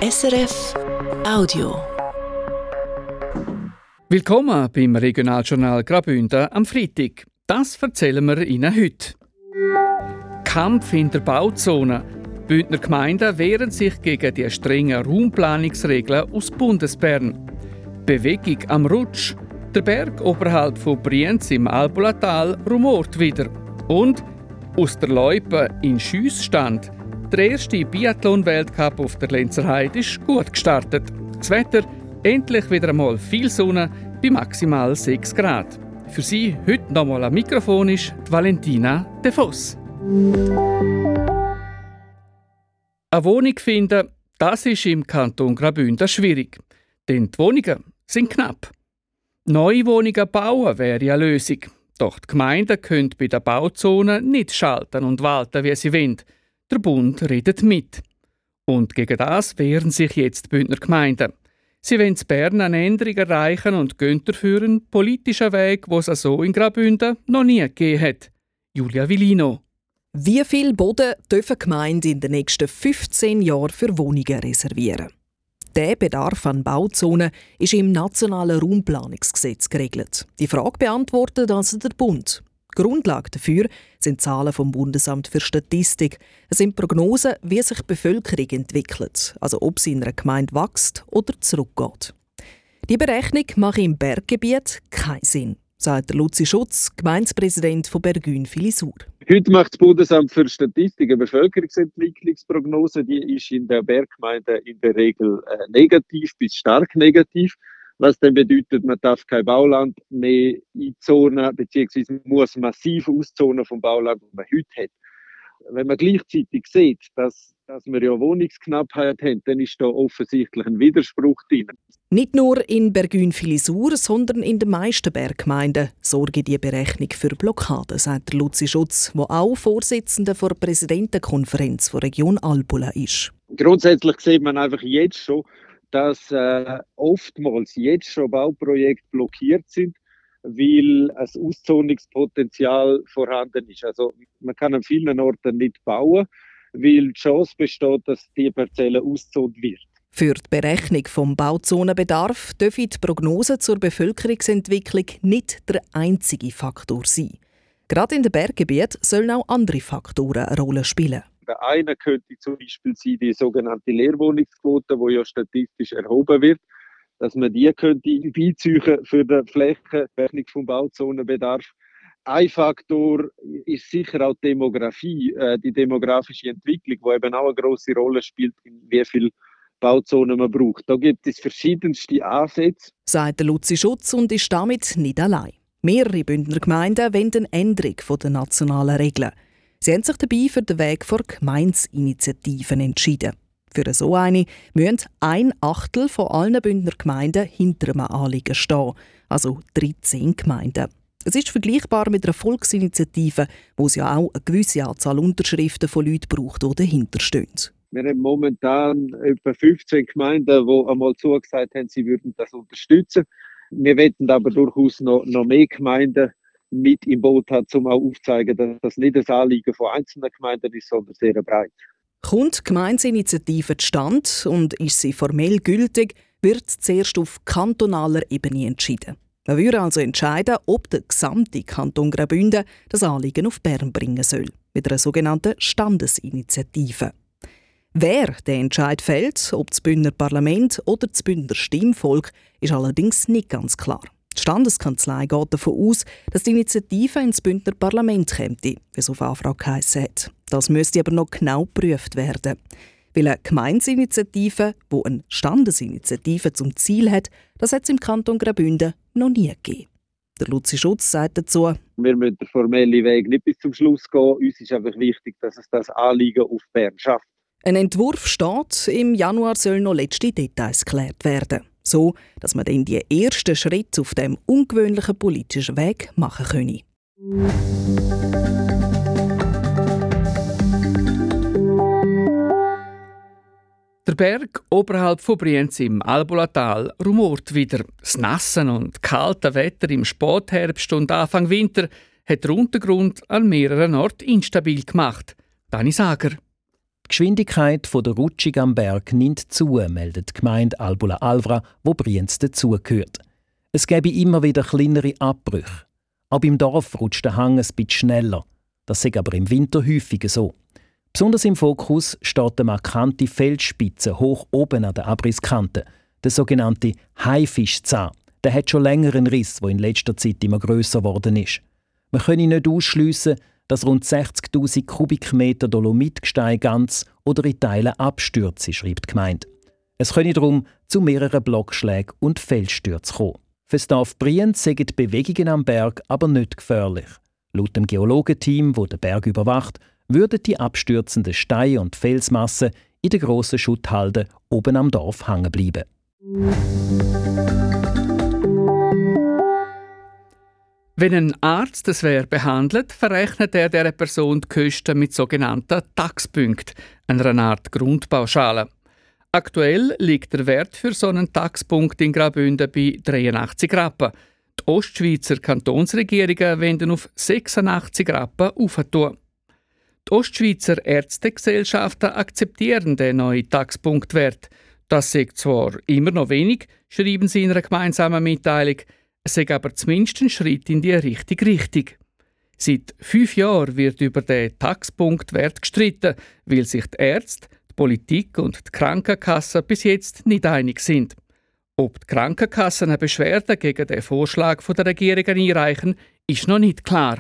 SRF Audio. Willkommen beim Regionaljournal Graubünden am Freitag. Das erzählen wir Ihnen heute. Kampf in der Bauzone. Bündner Gemeinden wehren sich gegen die strengen Raumplanungsregeln aus Bundesbern. Bewegung am Rutsch. Der Berg oberhalb von Brienz im Albulatal rumort wieder. Und aus der Loipe in Schiessstand. Der erste Biathlon-Weltcup auf der Lenzerheide ist gut gestartet. Das Wetter endlich wieder einmal viel Sonne bei maximal 6 Grad. Für Sie heute nochmal am Mikrofon ist die Valentina De Vos. Eine Wohnung finden, das ist im Kanton Graubünden schwierig. Denn die Wohnungen sind knapp. Neue Wohnungen bauen wäre eine Lösung. Doch die Gemeinden können bei der Bauzone nicht schalten und walten, wie sie wollen. Der Bund redet mit. Und gegen das wehren sich jetzt die Bündner Gemeinden. Sie wollen in Bern eine Änderung erreichen und gehen dafür einen politischen Weg, den es so in Graubünden noch nie gegeben hat. Julia Villino. Wie viel Boden dürfen Gemeinden in den nächsten 15 Jahren für Wohnungen reservieren? Der Bedarf an Bauzonen ist im Nationalen Raumplanungsgesetz geregelt. Die Frage beantwortet also der Bund. Grundlage dafür sind Zahlen vom Bundesamt für Statistik. Es sind Prognosen, wie sich die Bevölkerung entwickelt, also ob sie in einer Gemeinde wächst oder zurückgeht. Die Berechnung macht im Berggebiet keinen Sinn, sagt Luzi Schutz, Gemeindepräsident von Bergün-Filisur. Heute macht das Bundesamt für Statistik eine Bevölkerungsentwicklungsprognose. Die ist in der Berggemeinde in der Regel negativ bis stark negativ. Was dann bedeutet, man darf kein Bauland mehr einzonen, beziehungsweise muss massiv auszonen vom Bauland, das man heute hat. Wenn man gleichzeitig sieht, dass wir ja Wohnungsknappheit haben, dann ist da offensichtlich ein Widerspruch drin. Nicht nur in Bergün-Filisur, sondern in den meisten Berggemeinden sorge die Berechnung für Blockaden, sagt Luzi Schutz, der auch Vorsitzender der Präsidentenkonferenz der Region Albula ist. Grundsätzlich sieht man einfach jetzt schon, dass oftmals jetzt schon Bauprojekte blockiert sind, weil ein Auszonungspotenzial vorhanden ist. Also man kann an vielen Orten nicht bauen, weil die Chance besteht, dass die Parzelle auszont wird. Für die Berechnung des Bauzonenbedarfs dürfen die Prognosen zur Bevölkerungsentwicklung nicht der einzige Faktor sein. Gerade in den Berggebieten sollen auch andere Faktoren eine Rolle spielen. Der eine könnte zum Beispiel sein, die sogenannte Leerwohnungsquote, die ja statistisch erhoben wird, dass man die könnte beiziehen für die Flächenberechnung vom Bauzonenbedarf. Ein Faktor ist sicher auch die Demografie, die demografische Entwicklung, die eben auch eine grosse Rolle spielt, wie viel Bauzonen man braucht. Da gibt es verschiedenste Ansätze. Sagt Luzi Schutz und ist damit nicht allein. Mehrere Bündner Gemeinden wollen eine Änderung der nationalen Regeln. Sie haben sich dabei für den Weg vor Gemeindesinitiativen entschieden. Für so eine müssen 1/8 von allen Bündner Gemeinden hinter einem Anliegen stehen, also 13 Gemeinden. Es ist vergleichbar mit einer Volksinitiative, wo es ja auch eine gewisse Anzahl Unterschriften von Leuten braucht, die dahinter stehen. Wir haben momentan etwa 15 Gemeinden, die einmal zugesagt haben, sie würden das unterstützen. Wir wollen aber durchaus noch mehr Gemeinden mit im Boot hat, um auch aufzuzeigen, dass das nicht das Anliegen von einzelnen Gemeinden ist, sondern sehr breit. Kommt die Gemeindeinitiative zustande und ist sie formell gültig, wird zuerst auf kantonaler Ebene entschieden. Man würde also entscheiden, ob der gesamte Kanton Graubünden das Anliegen auf Bern bringen soll, mit einer sogenannten Standesinitiative. Wer den Entscheid fällt, ob das Bündner Parlament oder das Bündner Stimmvolk, ist allerdings nicht ganz klar. Die Standeskanzlei geht davon aus, dass die Initiative ins Bündner Parlament käme, wie es auf Anfrage geheissen hat. Das müsste aber noch genau geprüft werden. Weil eine Gemeindesinitiative, die eine Standesinitiative zum Ziel hat, das hat es im Kanton Graubünden noch nie gegeben. Der Luzi Schutz sagt dazu: Wir müssen den formellen Weg nicht bis zum Schluss gehen. Uns ist einfach wichtig, dass es das Anliegen auf Bern schafft. Ein Entwurf steht, im Januar sollen noch letzte Details geklärt werden. So, dass man dann die ersten Schritte auf dem ungewöhnlichen politischen Weg machen können. Der Berg oberhalb von Brienz im Albulatal rumort wieder. Das nasse und kalte Wetter im Spätherbst und Anfang Winter hat den Untergrund an mehreren Orten instabil gemacht. Dani Sager. Die Geschwindigkeit der Rutschung am Berg nimmt zu, meldet die Gemeinde Albula Alvra, wo Brienz dazugehört. Es gäbe immer wieder kleinere Abbrüche. Auch beim Dorf rutscht der Hang ein bisschen schneller. Das ist aber im Winter häufiger so. Besonders im Fokus steht eine markante Felsspitze hoch oben an der Abrisskante, der sogenannte Haifischzahn. Der hat schon länger einen Riss, der in letzter Zeit immer grösser geworden ist. Man könne nicht ausschliessen, dass rund 60'000 Kubikmeter Dolomitgestein ganz oder in Teilen abstürzen, schreibt die Gemeinde. Es könne darum zu mehreren Blockschlägen und Felsstürzen kommen. Für das Dorf Brienz sind die Bewegungen am Berg aber nicht gefährlich. Laut dem Geologenteam, das den Berg überwacht, würden die abstürzenden Steine und Felsmassen in der grossen Schutthalde oben am Dorf hängen bleiben. Wenn ein Arzt das Wehr behandelt, verrechnet er dieser Person die Kosten mit sogenannten Taxpunkten, einer Art Grundpauschale. Aktuell liegt der Wert für so einen Taxpunkt in Graubünden bei 83 Rappen. Die Ostschweizer Kantonsregierungen wollen auf 86 Rappen aufentun. Die Ostschweizer Ärztegesellschaften akzeptieren den neuen Taxpunktwert. Das ist zwar immer noch wenig, schreiben sie in einer gemeinsamen Mitteilung, es ist aber zumindest ein Schritt in die richtige Richtung. Seit 5 Jahren wird über den Taxpunktwert gestritten, weil sich die Ärzte, die Politik und die Krankenkassen bis jetzt nicht einig sind. Ob die Krankenkassen eine Beschwerde gegen den Vorschlag der Regierung einreichen, ist noch nicht klar.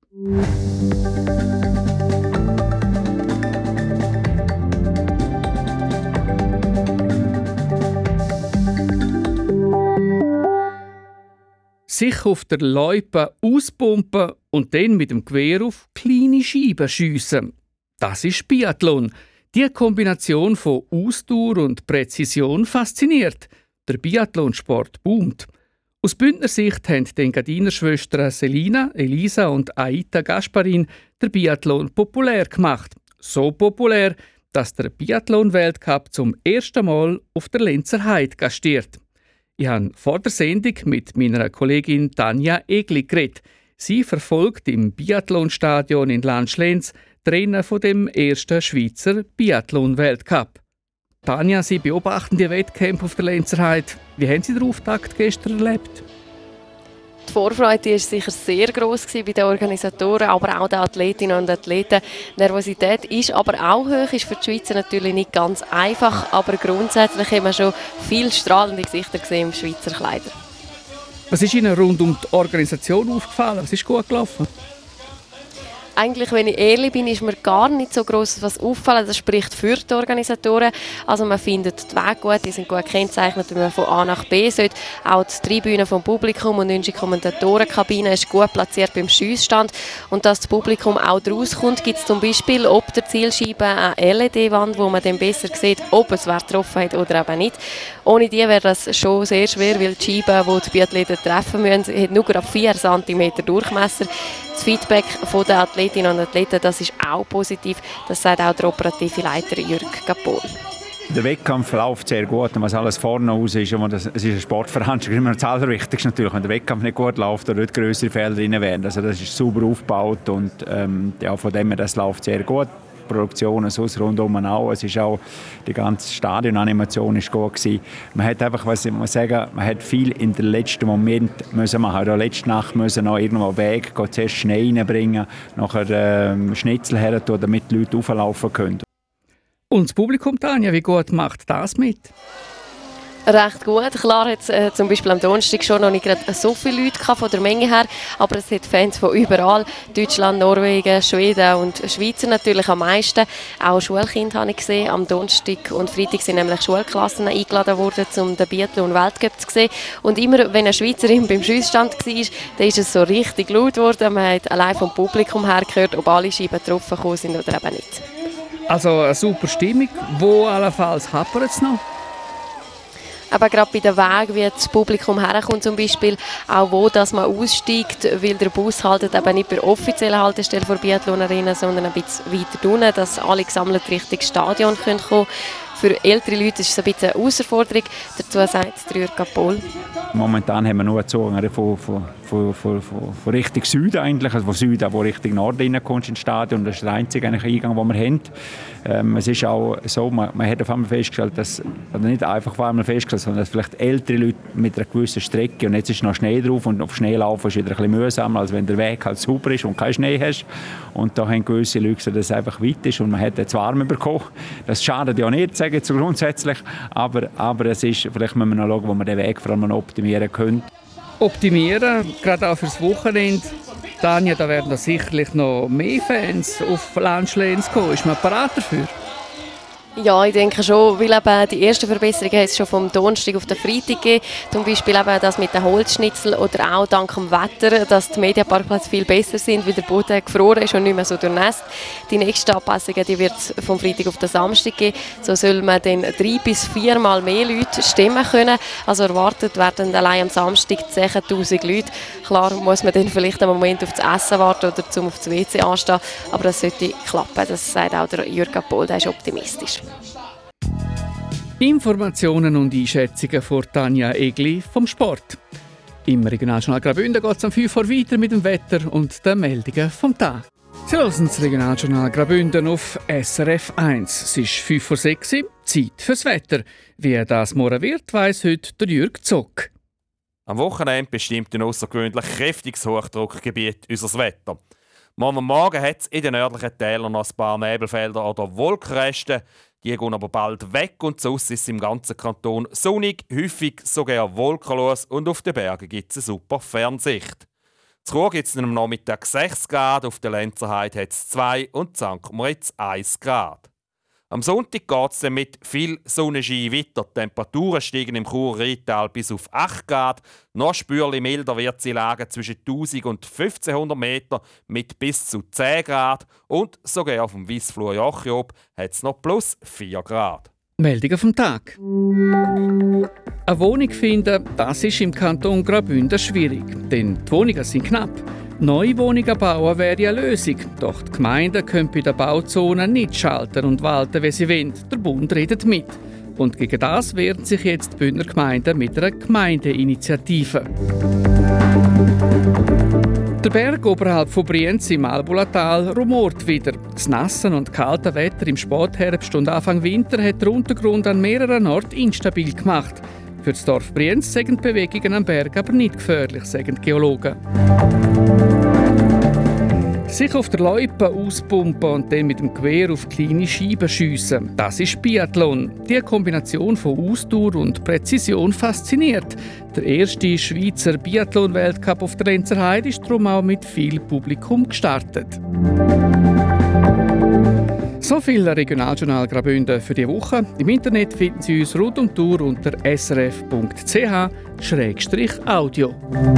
Sich auf der Loipe auspumpen und dann mit dem Gewehr auf kleine Scheiben schiessen. Das ist Biathlon. Die Kombination von Ausdauer und Präzision fasziniert. Der Biathlonsport boomt. Aus Bündner Sicht haben die Engadiner Schwestern Selina, Elisa und Aita Gasparin den Biathlon populär gemacht. So populär, dass der Biathlon-Weltcup zum ersten Mal auf der Lenzer Heide gastiert. Ich habe vor der Sendung mit meiner Kollegin Tanja Egli geredet. Sie verfolgt im Biathlonstadion in Landschlenz die Rennen von dem ersten Schweizer Biathlon-Weltcup. Tanja, Sie beobachten die Wettkämpfe auf der Lenzer Heide. Wie haben Sie den Auftakt gestern erlebt? Die Vorfreude war sicher sehr gross bei den Organisatoren, aber auch den Athletinnen und Athleten. Die Nervosität ist aber auch hoch, ist für die Schweizer natürlich nicht ganz einfach, aber grundsätzlich haben wir schon viele strahlende Gesichter gesehen im Schweizer Kleider. Was ist Ihnen rund um die Organisation aufgefallen? Was ist gut gelaufen? Eigentlich, wenn ich ehrlich bin, ist mir gar nicht so gross was auffallen. Das spricht für die Organisatoren. Also man findet die Wege gut, die sind gut gekennzeichnet, wenn man von A nach B sollte. Auch die Tribüne vom Publikum und unsere Kommentatorenkabine ist gut platziert beim Schiessstand. Und dass das Publikum auch draus kommt, gibt es zum Beispiel ob der Zielscheibe eine LED-Wand, wo man dann besser sieht, ob es wer getroffen hat oder eben nicht. Ohne die wäre das schon sehr schwer, weil die Scheibe, die die Biathleten treffen müssen, hat nur gerade 4 cm Durchmesser. Das Feedback der Athletinnen und Athleten, das ist auch positiv. Das sagt auch der operative Leiter Jürg Gapol. Der Wettkampf läuft sehr gut und was alles vorne raus ist, es ist eine Sportveranstaltung, immer das Allerwichtigste natürlich. Wenn der Wettkampf nicht gut läuft, oder nicht grössere Fehler drin werden. Also das ist sauber aufgebaut und ja, von dem her, das läuft sehr gut. Die Produktion sonst rundum auch. Es ist auch die ganze Stadionanimation ist gut gewesen. Man hat einfach, was ich muss sagen, man hat viel in den letzten Moment müssen machen. Oder letzte Nacht müssen noch irgendwo Weg gehen, zuerst Schnee reinbringen, nachher Schnitzel her tun, damit die Leute auflaufen können. Und das Publikum, Tanja, wie gut macht das mit? Recht gut. Klar hat es zum Beispiel am Donnerstag schon noch nicht so viele Leute von der Menge her, aber es hat Fans von überall. Deutschland, Norwegen, Schweden und Schweizer natürlich am meisten. Auch Schulkinder habe ich gesehen. Am Donnerstag und Freitag sind nämlich Schulklassen eingeladen worden, um den Biathlon-Weltcup zu sehen. Und immer, wenn eine Schweizerin beim Schiessstand war, dann ist es so richtig laut geworden. Man hat allein vom Publikum her gehört, ob alle Scheiben getroffen sind oder eben nicht. Also eine super Stimmung. Wo allenfalls hapert es noch? Aber gerade bei den Wegen, wie das Publikum herkommt zum Beispiel, auch wo dass man aussteigt, weil der Bus haltet eben nicht bei der offiziellen Haltestelle der Biathlon Arena, sondern ein bisschen weiter unten, dass alle gesammelt Richtung Stadion kommen können. Für ältere Leute ist es ein bisschen eine Herausforderung. Dazu sagt Jürg Apol. Momentan haben wir nur Zugang von Richtung Süden eigentlich, also von Süden, wo Richtung Norden reinkommst ins Stadion. Das ist der einzige Eingang, den wir haben. Es ist auch so, man hat auf einmal festgestellt, dass, oder nicht einfach auf einmal festgestellt, sondern dass vielleicht ältere Leute mit einer gewissen Strecke, und jetzt ist noch Schnee drauf und auf Schnee laufen ist wieder ein bisschen mühsamer, als wenn der Weg halt sauber ist und keinen Schnee hast. Und da haben gewisse Leute gesagt, dass es einfach weit ist und man hat jetzt warm bekommen. Das schadet ja nicht, sage ich so grundsätzlich, aber es ist, vielleicht müssen wir noch schauen, wo wir den Weg vor allem optimieren können. Optimieren, gerade auch fürs Wochenende. Tanja, da werden da sicherlich noch mehr Fans auf Lunchlands kommen. Ist man parat dafür? Ja, ich denke schon, weil eben die ersten Verbesserungen hat es schon vom Donnerstag auf den Freitag gegeben. Zum Beispiel eben das mit den Holzschnitzel oder auch dank dem Wetter, dass die Mediaparkplätze viel besser sind, weil der Boden gefroren ist und nicht mehr so durchnässt. Die nächsten Anpassungen wird es vom Freitag auf den Samstag geben. So soll man dann 3 bis 4 Mal mehr Leute stimmen können. Also erwartet werden allein am Samstag 10'000 Leute. Klar muss man dann vielleicht einen Moment auf das Essen warten oder auf das WC anstehen, aber das sollte klappen. Das sagt auch der Jürg Apol, der ist optimistisch. Informationen und Einschätzungen von Tanja Egli vom Sport. Im Regionaljournal Graubünden geht es um 5 Uhr weiter mit dem Wetter und den Meldungen vom Tag. Sie hören das Regionaljournal Graubünden auf SRF 1. Es ist 5:06 Uhr, Zeit fürs Wetter. Wie das morgen wird, weiss heute der Jürg Zock. Am Wochenende bestimmt ein außergewöhnlich kräftiges Hochdruckgebiet unser Wetter. Morgen hat es in den nördlichen Tälern noch ein paar Nebelfelder oder Wolkenreste. Die gehen aber bald weg und sonst ist es im ganzen Kanton sonnig, häufig sogar wolkenlos und auf den Bergen gibt es eine super Fernsicht. Zu Chur gibt es am Nachmittag 6 Grad, auf der Lenzerheide hat es 2 und St. Moritz 1 Grad. Am Sonntag geht es mit viel Sonnenschein weiter. Die Temperaturen steigen im Chur-Rheintal bis auf 8 Grad. Noch spürlich milder wird sie Lage zwischen 1000 und 1500 Meter mit bis zu 10 Grad. Und sogar auf dem Weissflur Jochjob hat es noch plus 4 Grad. Meldungen vom Tag. Eine Wohnung finden, das ist im Kanton Graubünden schwierig, denn die Wohnungen sind knapp. Neue Wohnungen bauen wäre eine Lösung, doch die Gemeinden können bei den Bauzonen nicht schalten und walten, wie sie wollen. Der Bund redet mit. Und gegen das wehren sich jetzt die Bündner Gemeinden mit einer Gemeindeinitiative. Der Berg oberhalb von Brienz im Albulatal rumort wieder. Das nasse und kalte Wetter im Spätherbst und Anfang Winter hat den Untergrund an mehreren Orten instabil gemacht. Für das Dorf Brienz sind die Bewegungen am Berg aber nicht gefährlich, sagen die Geologen. Sich auf der Loipe auspumpen und dann mit dem Gewehr auf kleine Scheiben schiessen, das ist Biathlon. Die Kombination von Ausdauer und Präzision fasziniert. Der erste Schweizer Biathlon-Weltcup auf der Lenzerheide ist darum auch mit viel Publikum gestartet. So viel Regionaljournal Graubünden für diese Woche. Im Internet finden Sie uns rund um die Uhr unter srf.ch/audio.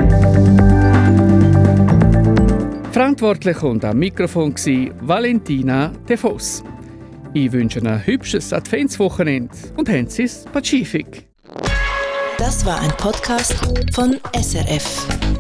Verantwortlich und am Mikrofon war Valentina De Vos. Ich wünsche ein hübsches Adventswochenende und haben Sie es Pazifik. Das war ein Podcast von SRF.